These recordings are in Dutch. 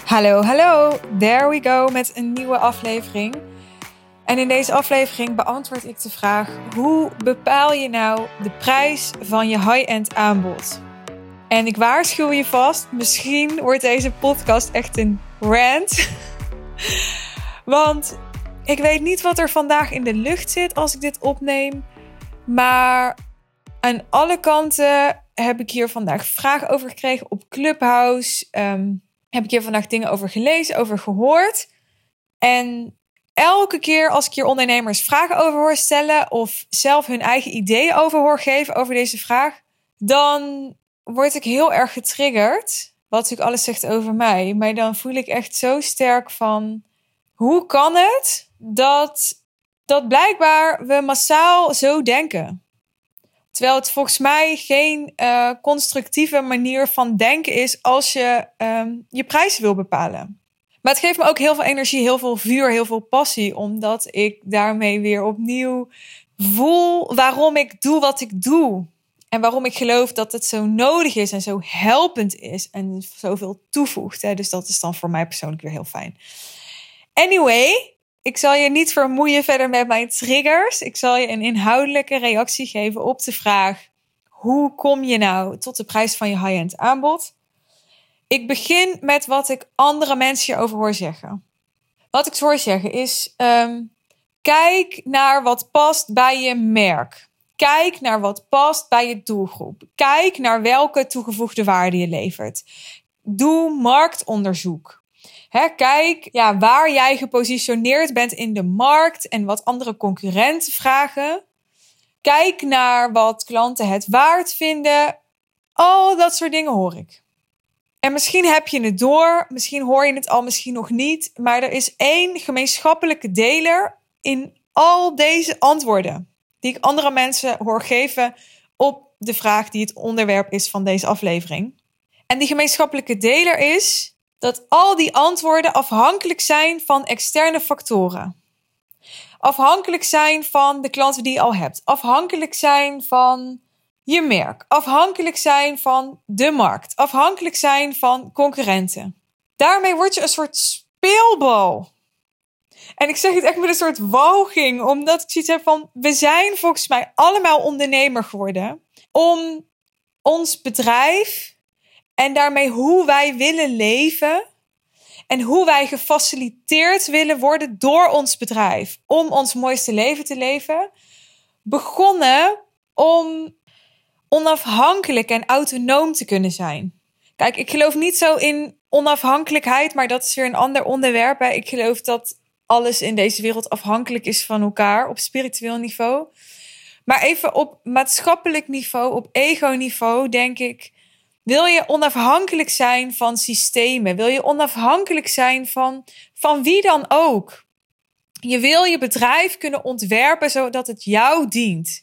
Hallo, hallo. There we go met een nieuwe aflevering. En in deze aflevering beantwoord ik de vraag: hoe bepaal je nou de prijs van je high-end aanbod? En ik waarschuw je vast, misschien wordt deze podcast echt een rant. Want ik weet niet wat er vandaag in de lucht zit als ik dit opneem. Maar aan alle kanten heb ik hier vandaag vragen over gekregen op Clubhouse. Heb ik hier vandaag dingen over gelezen, over gehoord. En elke keer als ik hier ondernemers vragen over hoor stellen of zelf hun eigen ideeën over hoor geven over deze vraag, dan word ik heel erg getriggerd. Wat natuurlijk alles zegt over mij. Maar dan voel ik echt zo sterk van: hoe kan het dat blijkbaar we massaal zo denken? Terwijl het volgens mij geen constructieve manier van denken is als je je prijzen wil bepalen. Maar het geeft me ook heel veel energie, heel veel vuur, heel veel passie. Omdat ik daarmee weer opnieuw voel waarom ik doe wat ik doe. En waarom ik geloof dat het zo nodig is en zo helpend is. En zoveel toevoegt. Hè? Dus dat is dan voor mij persoonlijk weer heel fijn. Anyway, ik zal je niet vermoeien verder met mijn triggers. Ik zal je een inhoudelijke reactie geven op de vraag: hoe kom je nou tot de prijs van je high-end aanbod? Ik begin met wat ik andere mensen hierover hoor zeggen. Wat ik hoor zeggen is: kijk naar wat past bij je merk. Kijk naar wat past bij je doelgroep. Kijk naar welke toegevoegde waarde je levert. Doe marktonderzoek. Kijk waar jij gepositioneerd bent in de markt en wat andere concurrenten vragen. Kijk naar wat klanten het waard vinden. Al dat soort dingen hoor ik. En misschien heb je het door, misschien hoor je het al, misschien nog niet. Maar er is één gemeenschappelijke deler in al deze antwoorden die ik andere mensen hoor geven op de vraag die het onderwerp is van deze aflevering. En die gemeenschappelijke deler is dat al die antwoorden afhankelijk zijn van externe factoren. Afhankelijk zijn van de klanten die je al hebt. Afhankelijk zijn van je merk. Afhankelijk zijn van de markt. Afhankelijk zijn van concurrenten. Daarmee word je een soort speelbal. En ik zeg het echt met een soort walging. Omdat ik zoiets heb van: we zijn volgens mij allemaal ondernemer geworden om ons bedrijf en daarmee hoe wij willen leven en hoe wij gefaciliteerd willen worden door ons bedrijf om ons mooiste leven te leven, begonnen om onafhankelijk en autonoom te kunnen zijn. Kijk, ik geloof niet zo in onafhankelijkheid, maar dat is weer een ander onderwerp. Ik geloof dat alles in deze wereld afhankelijk is van elkaar op spiritueel niveau. Maar even op maatschappelijk niveau, op ego-niveau, denk ik: wil je onafhankelijk zijn van systemen? Wil je onafhankelijk zijn van wie dan ook? Je wil je bedrijf kunnen ontwerpen zodat het jou dient.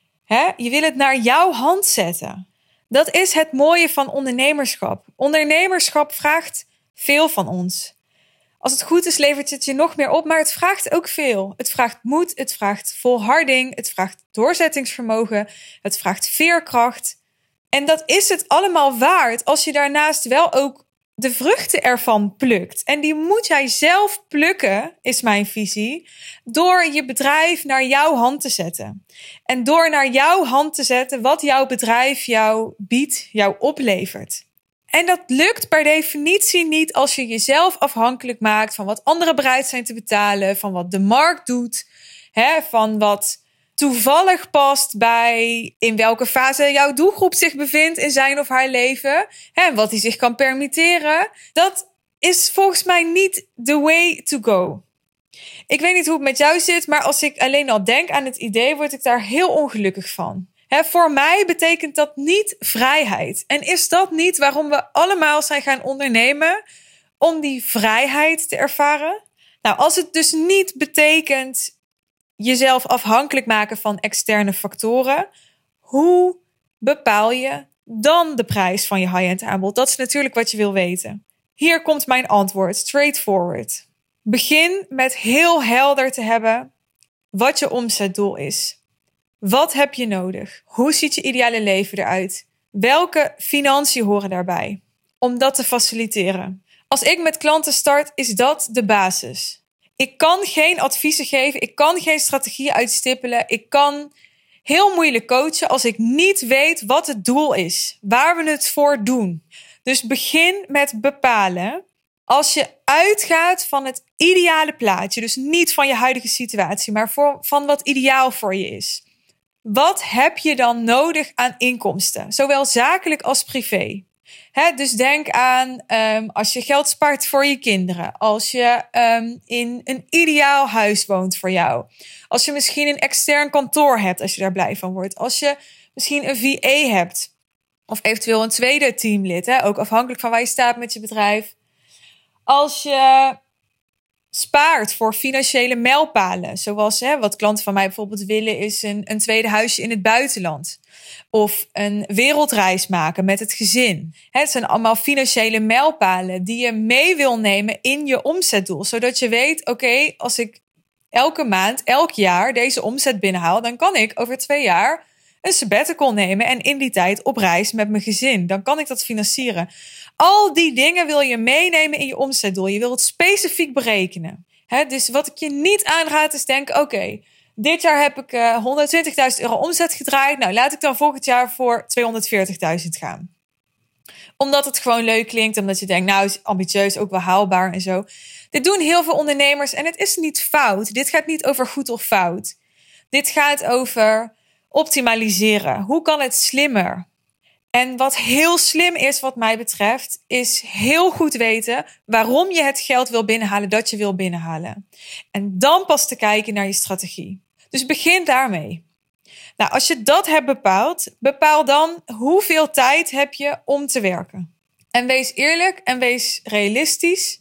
Je wil het naar jouw hand zetten. Dat is het mooie van ondernemerschap. Ondernemerschap vraagt veel van ons. Als het goed is, levert het je nog meer op, maar het vraagt ook veel. Het vraagt moed, het vraagt volharding, het vraagt doorzettingsvermogen, het vraagt veerkracht. En dat is het allemaal waard als je daarnaast wel ook de vruchten ervan plukt. En die moet jij zelf plukken, is mijn visie, door je bedrijf naar jouw hand te zetten. En door naar jouw hand te zetten wat jouw bedrijf jou biedt, jou oplevert. En dat lukt per definitie niet als je jezelf afhankelijk maakt van wat anderen bereid zijn te betalen, van wat de markt doet, van wat toevallig past bij in welke fase jouw doelgroep zich bevindt in zijn of haar leven. En wat hij zich kan permitteren. Dat is volgens mij niet the way to go. Ik weet niet hoe het met jou zit, maar als ik alleen al denk aan het idee, word ik daar heel ongelukkig van. Voor mij betekent dat niet vrijheid. En is dat niet waarom we allemaal zijn gaan ondernemen? Om die vrijheid te ervaren? Nou, als het dus niet betekent jezelf afhankelijk maken van externe factoren, hoe bepaal je dan de prijs van je high-end aanbod? Dat is natuurlijk wat je wil weten. Hier komt mijn antwoord, straightforward. Begin met heel helder te hebben wat je omzetdoel is. Wat heb je nodig? Hoe ziet je ideale leven eruit? Welke financiën horen daarbij? Om dat te faciliteren. Als ik met klanten start, is dat de basis. Ik kan geen adviezen geven. Ik kan geen strategieën uitstippelen. Ik kan heel moeilijk coachen als ik niet weet wat het doel is. Waar we het voor doen. Dus begin met bepalen. Als je uitgaat van het ideale plaatje. Dus niet van je huidige situatie. Maar van wat ideaal voor je is. Wat heb je dan nodig aan inkomsten? Zowel zakelijk als privé. Dus denk aan als je geld spaart voor je kinderen. Als je in een ideaal huis woont voor jou. Als je misschien een extern kantoor hebt als je daar blij van wordt. Als je misschien een VA hebt. Of eventueel een tweede teamlid. Ook afhankelijk van waar je staat met je bedrijf. Als je spaart voor financiële mijlpalen. Zoals wat klanten van mij bijvoorbeeld willen is een tweede huisje in het buitenland. Of een wereldreis maken met het gezin. Het zijn allemaal financiële mijlpalen die je mee wil nemen in je omzetdoel. Zodat je weet, oké, als ik elke maand, elk jaar deze omzet binnenhaal, dan kan ik over 2 jaar een sabbatical nemen en in die tijd op reis met mijn gezin. Dan kan ik dat financieren. Al die dingen wil je meenemen in je omzetdoel. Je wil het specifiek berekenen. Dus wat ik je niet aanraad is denken, oké, dit jaar heb ik €120.000 omzet gedraaid. Nou, laat ik dan volgend jaar voor 240.000 gaan. Omdat het gewoon leuk klinkt. Omdat je denkt, nou, is ambitieus, ook wel haalbaar en zo. Dit doen heel veel ondernemers en het is niet fout. Dit gaat niet over goed of fout. Dit gaat over optimaliseren. Hoe kan het slimmer? En wat heel slim is wat mij betreft, is heel goed weten waarom je het geld wil binnenhalen dat je wil binnenhalen. En dan pas te kijken naar je strategie. Dus begin daarmee. Nou, als je dat hebt bepaald, bepaal dan hoeveel tijd heb je om te werken. En wees eerlijk en wees realistisch.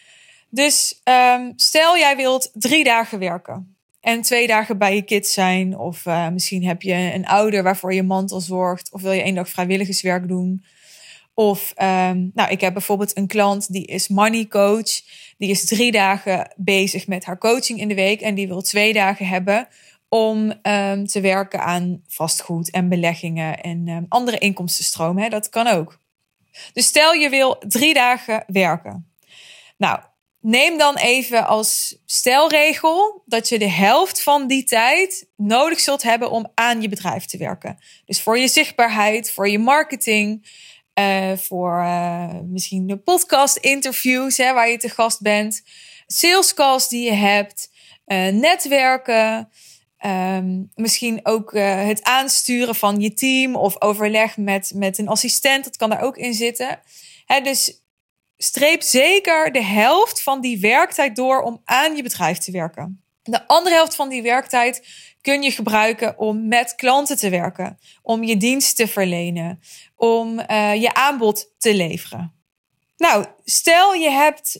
Dus stel jij wilt 3 dagen werken. En 2 dagen bij je kids zijn. Of misschien heb je een ouder waarvoor je mantel zorgt. Of wil je 1 dag vrijwilligerswerk doen. Of ik heb bijvoorbeeld een klant die is money coach. Die is 3 dagen bezig met haar coaching in de week. En die wil 2 dagen hebben om te werken aan vastgoed en beleggingen. En andere inkomstenstromen. Dat kan ook. Dus stel je wil 3 dagen werken. Nou, neem dan even als stelregel dat je de helft van die tijd nodig zult hebben om aan je bedrijf te werken. Dus voor je zichtbaarheid, voor je marketing, voor misschien de podcast interviews waar je te gast bent, sales calls die je hebt, netwerken, misschien ook het aansturen van je team of overleg met een assistent, dat kan daar ook in zitten. Dus streep zeker de helft van die werktijd door om aan je bedrijf te werken. De andere helft van die werktijd kun je gebruiken om met klanten te werken. Om je dienst te verlenen. Om je aanbod te leveren. Nou, stel je hebt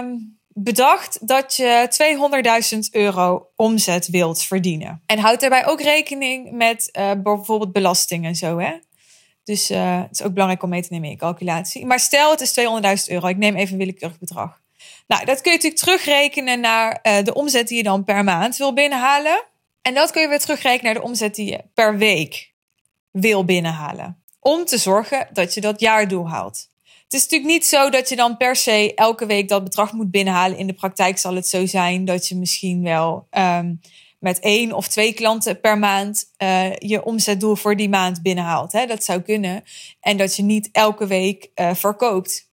bedacht dat je €200.000 omzet wilt verdienen. En houd daarbij ook rekening met bijvoorbeeld belasting en zo, hè. Dus het is ook belangrijk om mee te nemen in je calculatie. Maar stel het is €200.000. Ik neem even een willekeurig bedrag. Nou, dat kun je natuurlijk terugrekenen naar de omzet die je dan per maand wil binnenhalen. En dat kun je weer terugrekenen naar de omzet die je per week wil binnenhalen. Om te zorgen dat je dat jaardoel haalt. Het is natuurlijk niet zo dat je dan per se elke week dat bedrag moet binnenhalen. In de praktijk zal het zo zijn dat je misschien wel met 1 of 2 klanten per maand je omzetdoel voor die maand binnenhaalt. Dat zou kunnen. En dat je niet elke week verkoopt.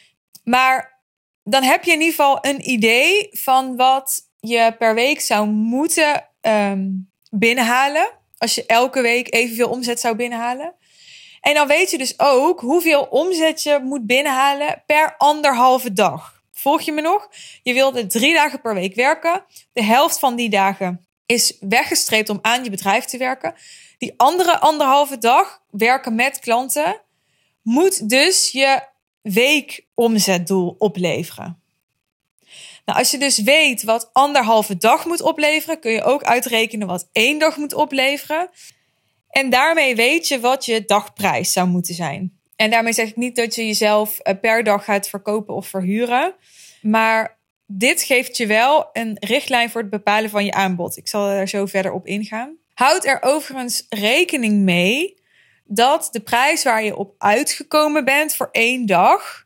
Maar dan heb je in ieder geval een idee van wat je per week zou moeten binnenhalen. Als je elke week evenveel omzet zou binnenhalen. En dan weet je dus ook hoeveel omzet je moet binnenhalen per 1,5 dag. Volg je me nog? Je wilde 3 dagen per week werken. De helft van die dagen is weggestreept om aan je bedrijf te werken. Die andere 1,5 dag werken met klanten moet dus je weekomzetdoel opleveren. Nou, als je dus weet wat 1,5 dag moet opleveren, kun je ook uitrekenen wat 1 dag moet opleveren. En daarmee weet je wat je dagprijs zou moeten zijn. En daarmee zeg ik niet dat je jezelf per dag gaat verkopen of verhuren. Maar dit geeft je wel een richtlijn voor het bepalen van je aanbod. Ik zal er zo verder op ingaan. Houd er overigens rekening mee dat de prijs waar je op uitgekomen bent voor 1 dag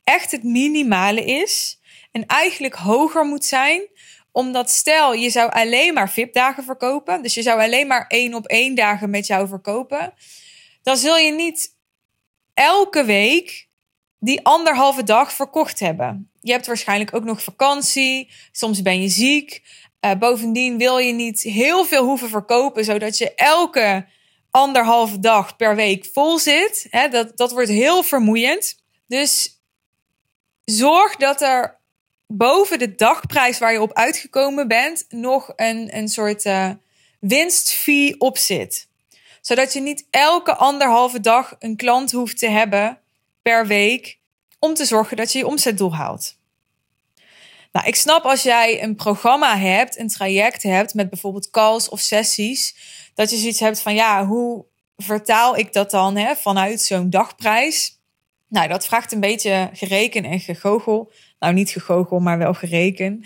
echt het minimale is en eigenlijk hoger moet zijn. Omdat stel, je zou alleen maar VIP-dagen verkopen. Dus je zou alleen maar 1-op-1 dagen met jou verkopen. Dan zul je niet elke week die 1,5 dag verkocht hebben. Je hebt waarschijnlijk ook nog vakantie. Soms ben je ziek. Bovendien wil je niet heel veel hoeven verkopen, zodat je elke 1,5 dag per week vol zit. Dat wordt heel vermoeiend. Dus zorg dat er boven de dagprijs waar je op uitgekomen bent nog een soort winstfee op zit. Zodat je niet elke 1,5 dag een klant hoeft te hebben per week om te zorgen dat je je omzetdoel haalt. Nou, ik snap als jij een programma hebt, een traject hebt met bijvoorbeeld calls of sessies, dat je zoiets hebt van ja, hoe vertaal ik dat dan vanuit zo'n dagprijs? Nou, dat vraagt een beetje gereken en gegoochel. Nou, niet gegoochel, maar wel gereken.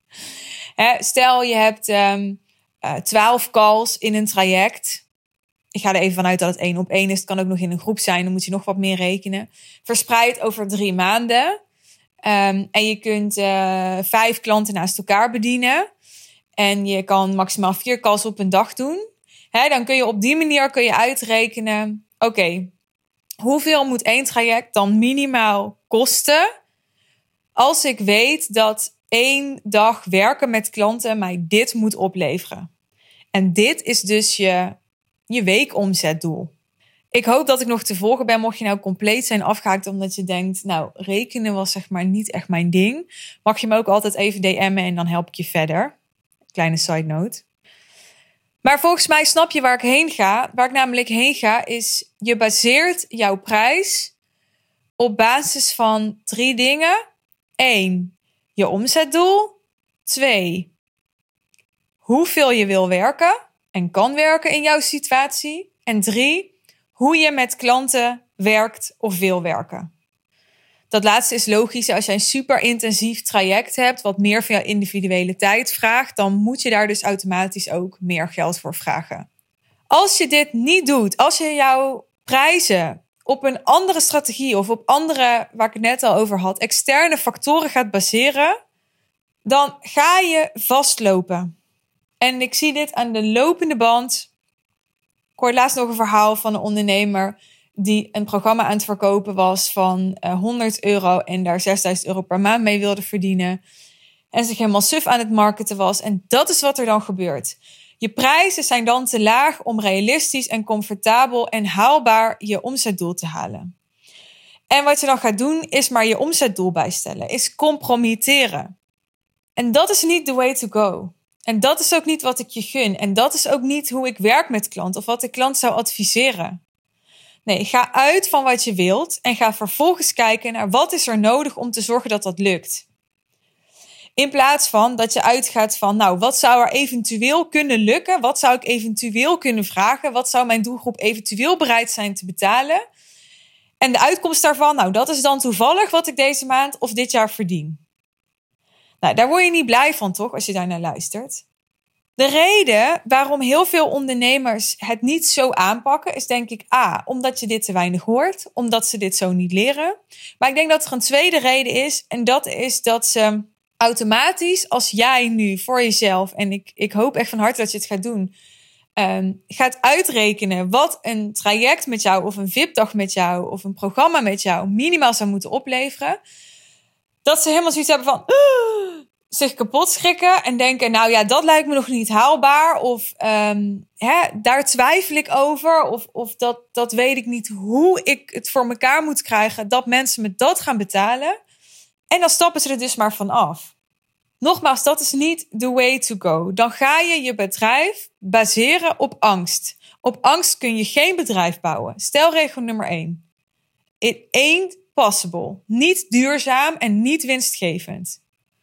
Stel je hebt 12 calls in een traject. Ik ga er even vanuit dat het 1-op-1 is. Het kan ook nog in een groep zijn, dan moet je nog wat meer rekenen. Verspreid over 3 maanden. En je kunt 5 klanten naast elkaar bedienen. En je kan maximaal 4 calls op een dag doen. Dan kun je op die manier uitrekenen. Oké, hoeveel moet 1 traject dan minimaal kosten? Als ik weet dat 1 dag werken met klanten mij dit moet opleveren. En dit is dus je weekomzetdoel. Ik hoop dat ik nog te volgen ben. Mocht je nou compleet zijn afgehaakt omdat je denkt, nou, rekenen was zeg maar niet echt mijn ding, mag je me ook altijd even DM'en en dan help ik je verder. Kleine side note. Maar volgens mij snap je waar ik heen ga. Waar ik namelijk heen ga is, je baseert jouw prijs op basis van 3 dingen. 1, je omzetdoel. 2, hoeveel je wil werken en kan werken in jouw situatie. En 3, hoe je met klanten werkt of wil werken. Dat laatste is logisch. Als jij een super intensief traject hebt, wat meer van jouw individuele tijd vraagt, dan moet je daar dus automatisch ook meer geld voor vragen. Als je dit niet doet, als je jouw prijzen op een andere strategie of op andere, waar ik het net al over had, externe factoren gaat baseren, dan ga je vastlopen. En ik zie dit aan de lopende band. Ik hoorde laatst nog een verhaal van een ondernemer die een programma aan het verkopen was van €100 en daar €6.000 per maand mee wilde verdienen. En zich helemaal suf aan het marketen was. En dat is wat er dan gebeurt. Je prijzen zijn dan te laag om realistisch en comfortabel en haalbaar je omzetdoel te halen. En wat je dan gaat doen is maar je omzetdoel bijstellen. Is compromitteren. En dat is niet the way to go. En dat is ook niet wat ik je gun. En dat is ook niet hoe ik werk met klanten of wat ik klant zou adviseren. Nee, ga uit van wat je wilt en ga vervolgens kijken naar wat is er nodig om te zorgen dat dat lukt. In plaats van dat je uitgaat van, nou, wat zou er eventueel kunnen lukken? Wat zou ik eventueel kunnen vragen? Wat zou mijn doelgroep eventueel bereid zijn te betalen? En de uitkomst daarvan, nou, dat is dan toevallig wat ik deze maand of dit jaar verdien. Nou, daar word je niet blij van, toch, als je daar naar luistert. De reden waarom heel veel ondernemers het niet zo aanpakken is denk ik omdat je dit te weinig hoort, omdat ze dit zo niet leren. Maar ik denk dat er een tweede reden is en dat is dat ze automatisch, als jij nu voor jezelf, en ik hoop echt van harte dat je het gaat doen, gaat uitrekenen wat een traject met jou of een VIP-dag met jou of een programma met jou minimaal zou moeten opleveren, dat ze helemaal zoiets hebben van zich kapot schrikken en denken, nou ja, dat lijkt me nog niet haalbaar. Of daar twijfel ik over. Of dat weet ik niet hoe ik het voor elkaar moet krijgen dat mensen me dat gaan betalen. En dan stappen ze er dus maar van af. Nogmaals, dat is niet the way to go. Dan ga je je bedrijf baseren op angst. Op angst kun je geen bedrijf bouwen. Stelregel nummer 1. It ain't possible. Niet duurzaam en niet winstgevend.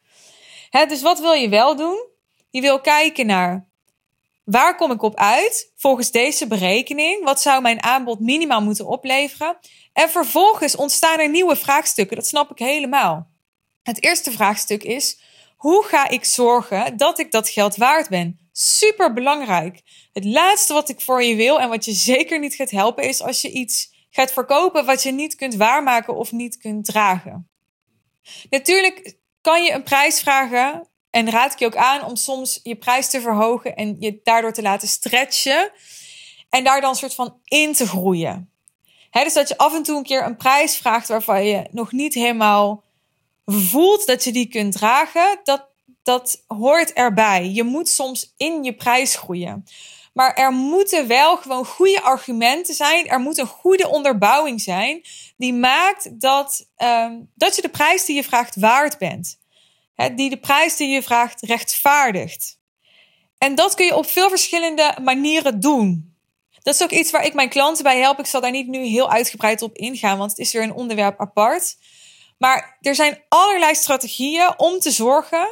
Dus wat wil je wel doen? Je wil kijken naar waar kom ik op uit volgens deze berekening? Wat zou mijn aanbod minimaal moeten opleveren? En vervolgens ontstaan er nieuwe vraagstukken. Dat snap ik helemaal. Het eerste vraagstuk is, hoe ga ik zorgen dat ik dat geld waard ben? Super belangrijk. Het laatste wat ik voor je wil en wat je zeker niet gaat helpen is als je iets gaat verkopen wat je niet kunt waarmaken of niet kunt dragen. Natuurlijk kan je een prijs vragen en raad ik je ook aan om soms je prijs te verhogen en je daardoor te laten stretchen en daar dan een soort van in te groeien. Dus dat je af en toe een keer een prijs vraagt waarvan je nog niet helemaal voelt dat je die kunt dragen, dat hoort erbij. Je moet soms in je prijs groeien. Maar er moeten wel gewoon goede argumenten zijn. Er moet een goede onderbouwing zijn die maakt dat je de prijs die je vraagt waard bent. Die de prijs die je vraagt rechtvaardigt. En dat kun je op veel verschillende manieren doen. Dat is ook iets waar ik mijn klanten bij help. Ik zal daar niet nu heel uitgebreid op ingaan, want het is weer een onderwerp apart. Maar er zijn allerlei strategieën om te zorgen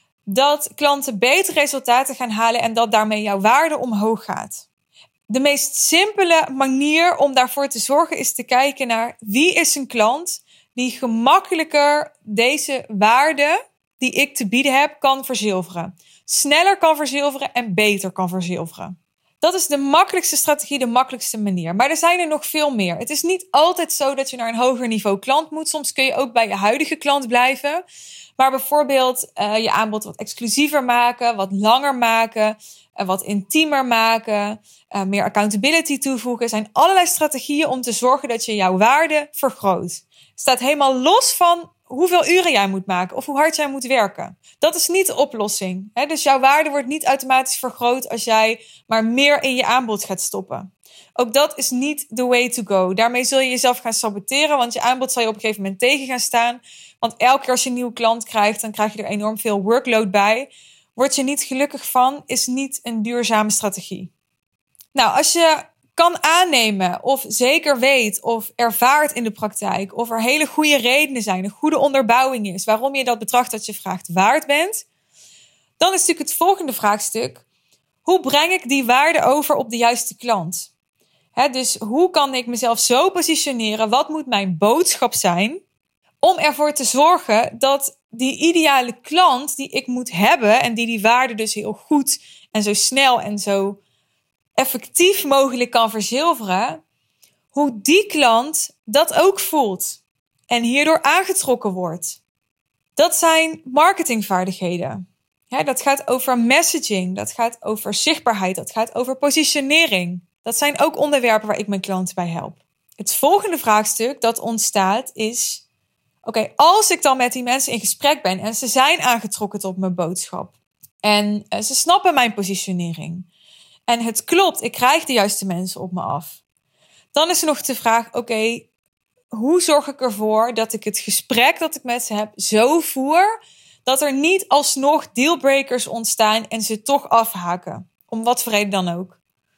dat klanten betere resultaten gaan halen en dat daarmee jouw waarde omhoog gaat. De meest simpele manier om daarvoor te zorgen is te kijken naar wie is een klant die gemakkelijker deze waarde die ik te bieden heb kan verzilveren. Sneller kan verzilveren en beter kan verzilveren. Dat is de makkelijkste strategie, de makkelijkste manier. Maar er zijn er nog veel meer. Het is niet altijd zo dat je naar een hoger niveau klant moet. Soms kun je ook bij je huidige klant blijven. Maar bijvoorbeeld je aanbod wat exclusiever maken, wat langer maken, wat intiemer maken, meer accountability toevoegen. Er zijn allerlei strategieën om te zorgen dat je jouw waarde vergroot. Het staat helemaal los van hoeveel uren jij moet maken of hoe hard jij moet werken. Dat is niet de oplossing. Dus jouw waarde wordt niet automatisch vergroot als jij maar meer in je aanbod gaat stoppen. Ook dat is niet the way to go. Daarmee zul je jezelf gaan saboteren, want je aanbod zal je op een gegeven moment tegen gaan staan. Want elke keer als je een nieuwe klant krijgt, dan krijg je er enorm veel workload bij. Word je niet gelukkig van, is niet een duurzame strategie. Nou, als je kan aannemen of zeker weet of ervaart in de praktijk of er hele goede redenen zijn, een goede onderbouwing is waarom je dat bedrag dat je vraagt waard bent, dan is natuurlijk het volgende vraagstuk: hoe breng ik die waarde over op de juiste klant? Dus hoe kan ik mezelf zo positioneren? Wat moet mijn boodschap zijn om ervoor te zorgen dat die ideale klant die ik moet hebben en die waarde dus heel goed en zo snel en zo effectief mogelijk kan verzilveren, hoe die klant dat ook voelt en hierdoor aangetrokken wordt. Dat zijn marketingvaardigheden. Dat gaat over messaging, dat gaat over zichtbaarheid, dat gaat over positionering. Dat zijn ook onderwerpen waar ik mijn klanten bij help. Het volgende vraagstuk dat ontstaat is: oké, als ik dan met die mensen in gesprek ben en ze zijn aangetrokken tot mijn boodschap en ze snappen mijn positionering en het klopt, ik krijg de juiste mensen op me af, dan is er nog de vraag: oké, hoe zorg ik ervoor dat ik het gesprek dat ik met ze heb zo voer dat er niet alsnog dealbreakers ontstaan en ze toch afhaken, om wat voor reden dan ook.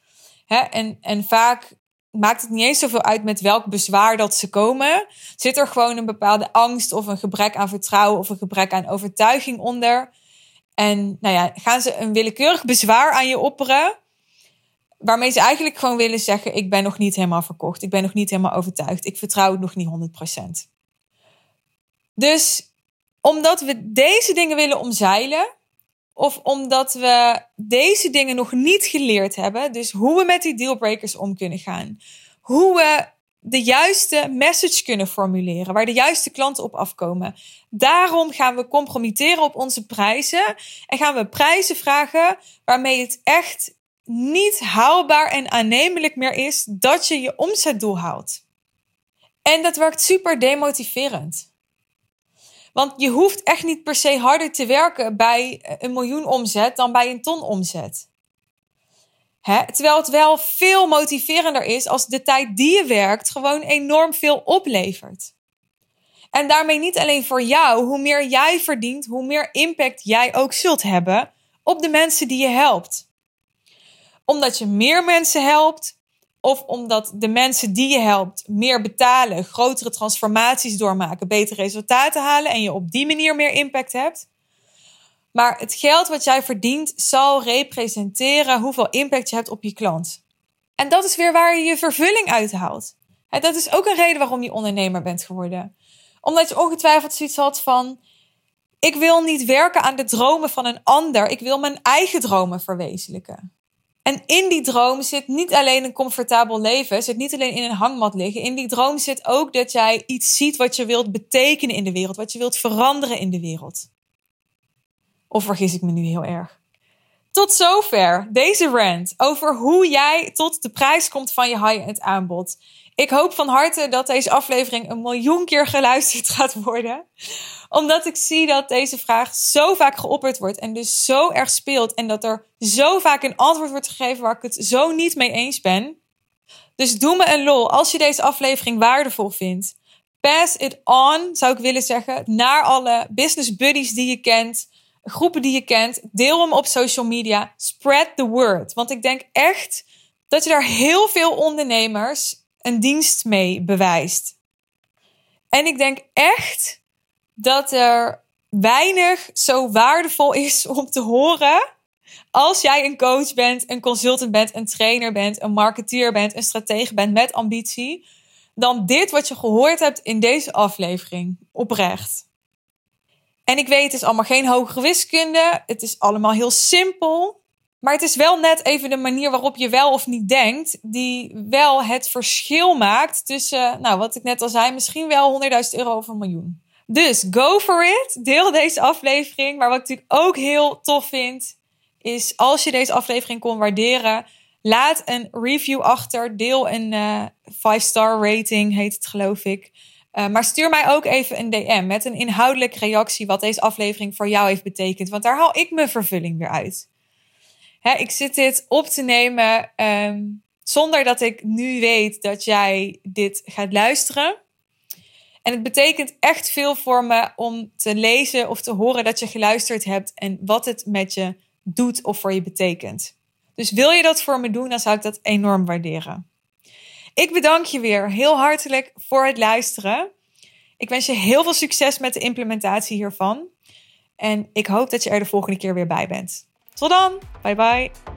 En vaak maakt het niet eens zoveel uit met welk bezwaar dat ze komen. Zit er gewoon een bepaalde angst of een gebrek aan vertrouwen of een gebrek aan overtuiging onder. En gaan ze een willekeurig bezwaar aan je opperen, waarmee ze eigenlijk gewoon willen zeggen: ik ben nog niet helemaal verkocht, ik ben nog niet helemaal overtuigd, ik vertrouw het nog niet 100%. Dus omdat we deze dingen willen omzeilen, of omdat we deze dingen nog niet geleerd hebben, dus hoe we met die dealbreakers om kunnen gaan, hoe we de juiste message kunnen formuleren, waar de juiste klanten op afkomen. Daarom gaan we compromitteren op onze prijzen en gaan we prijzen vragen waarmee het echt niet haalbaar en aannemelijk meer is dat je je omzetdoel haalt. En dat werkt super demotiverend. Want je hoeft echt niet per se harder te werken bij 1 miljoen omzet dan bij 1 ton omzet. Terwijl het wel veel motiverender is als de tijd die je werkt gewoon enorm veel oplevert. En daarmee niet alleen voor jou, hoe meer jij verdient, hoe meer impact jij ook zult hebben op de mensen die je helpt. Omdat je meer mensen helpt, of omdat de mensen die je helpt meer betalen, grotere transformaties doormaken, betere resultaten halen en je op die manier meer impact hebt. Maar het geld wat jij verdient zal representeren hoeveel impact je hebt op je klant. En dat is weer waar je je vervulling uithaalt. Dat is ook een reden waarom je ondernemer bent geworden. Omdat je ongetwijfeld zoiets had van: ik wil niet werken aan de dromen van een ander, ik wil mijn eigen dromen verwezenlijken. En in die droom zit niet alleen een comfortabel leven, zit niet alleen in een hangmat liggen. In die droom zit ook dat jij iets ziet wat je wilt betekenen in de wereld, wat je wilt veranderen in de wereld. Of vergis ik me nu heel erg? Tot zover deze rant over hoe jij tot de prijs komt van je high-end aanbod. Ik hoop van harte dat deze aflevering 1 miljoen keer geluisterd gaat worden. Omdat ik zie dat deze vraag zo vaak geopperd wordt en dus zo erg speelt. En dat er zo vaak een antwoord wordt gegeven waar ik het zo niet mee eens ben. Dus doe me een lol als je deze aflevering waardevol vindt. Pass it on, zou ik willen zeggen, naar alle business buddies die je kent. Groepen die je kent. Deel hem op social media. Spread the word. Want ik denk echt dat je daar heel veel ondernemers een dienst mee bewijst. En ik denk echt dat er weinig zo waardevol is om te horen als jij een coach bent, een consultant bent, een trainer bent, een marketeer bent, een stratege bent met ambitie, dan dit wat je gehoord hebt in deze aflevering. Oprecht. En ik weet, het is allemaal geen hogere wiskunde. Het is allemaal heel simpel. Maar het is wel net even de manier waarop je wel of niet denkt, die wel het verschil maakt tussen, wat ik net al zei, misschien wel €100.000 of 1 miljoen. Dus go for it. Deel deze aflevering. Maar wat ik natuurlijk ook heel tof vind, is als je deze aflevering kon waarderen, laat een review achter. Deel een 5-star rating, heet het geloof ik. Maar stuur mij ook even een DM met een inhoudelijke reactie wat deze aflevering voor jou heeft betekend. Want daar haal ik mijn vervulling weer uit. Ik zit dit op te nemen zonder dat ik nu weet dat jij dit gaat luisteren. En het betekent echt veel voor me om te lezen of te horen dat je geluisterd hebt en wat het met je doet of voor je betekent. Dus wil je dat voor me doen, dan zou ik dat enorm waarderen. Ik bedank je weer heel hartelijk voor het luisteren. Ik wens je heel veel succes met de implementatie hiervan. En ik hoop dat je er de volgende keer weer bij bent. Tot dan. Bye bye.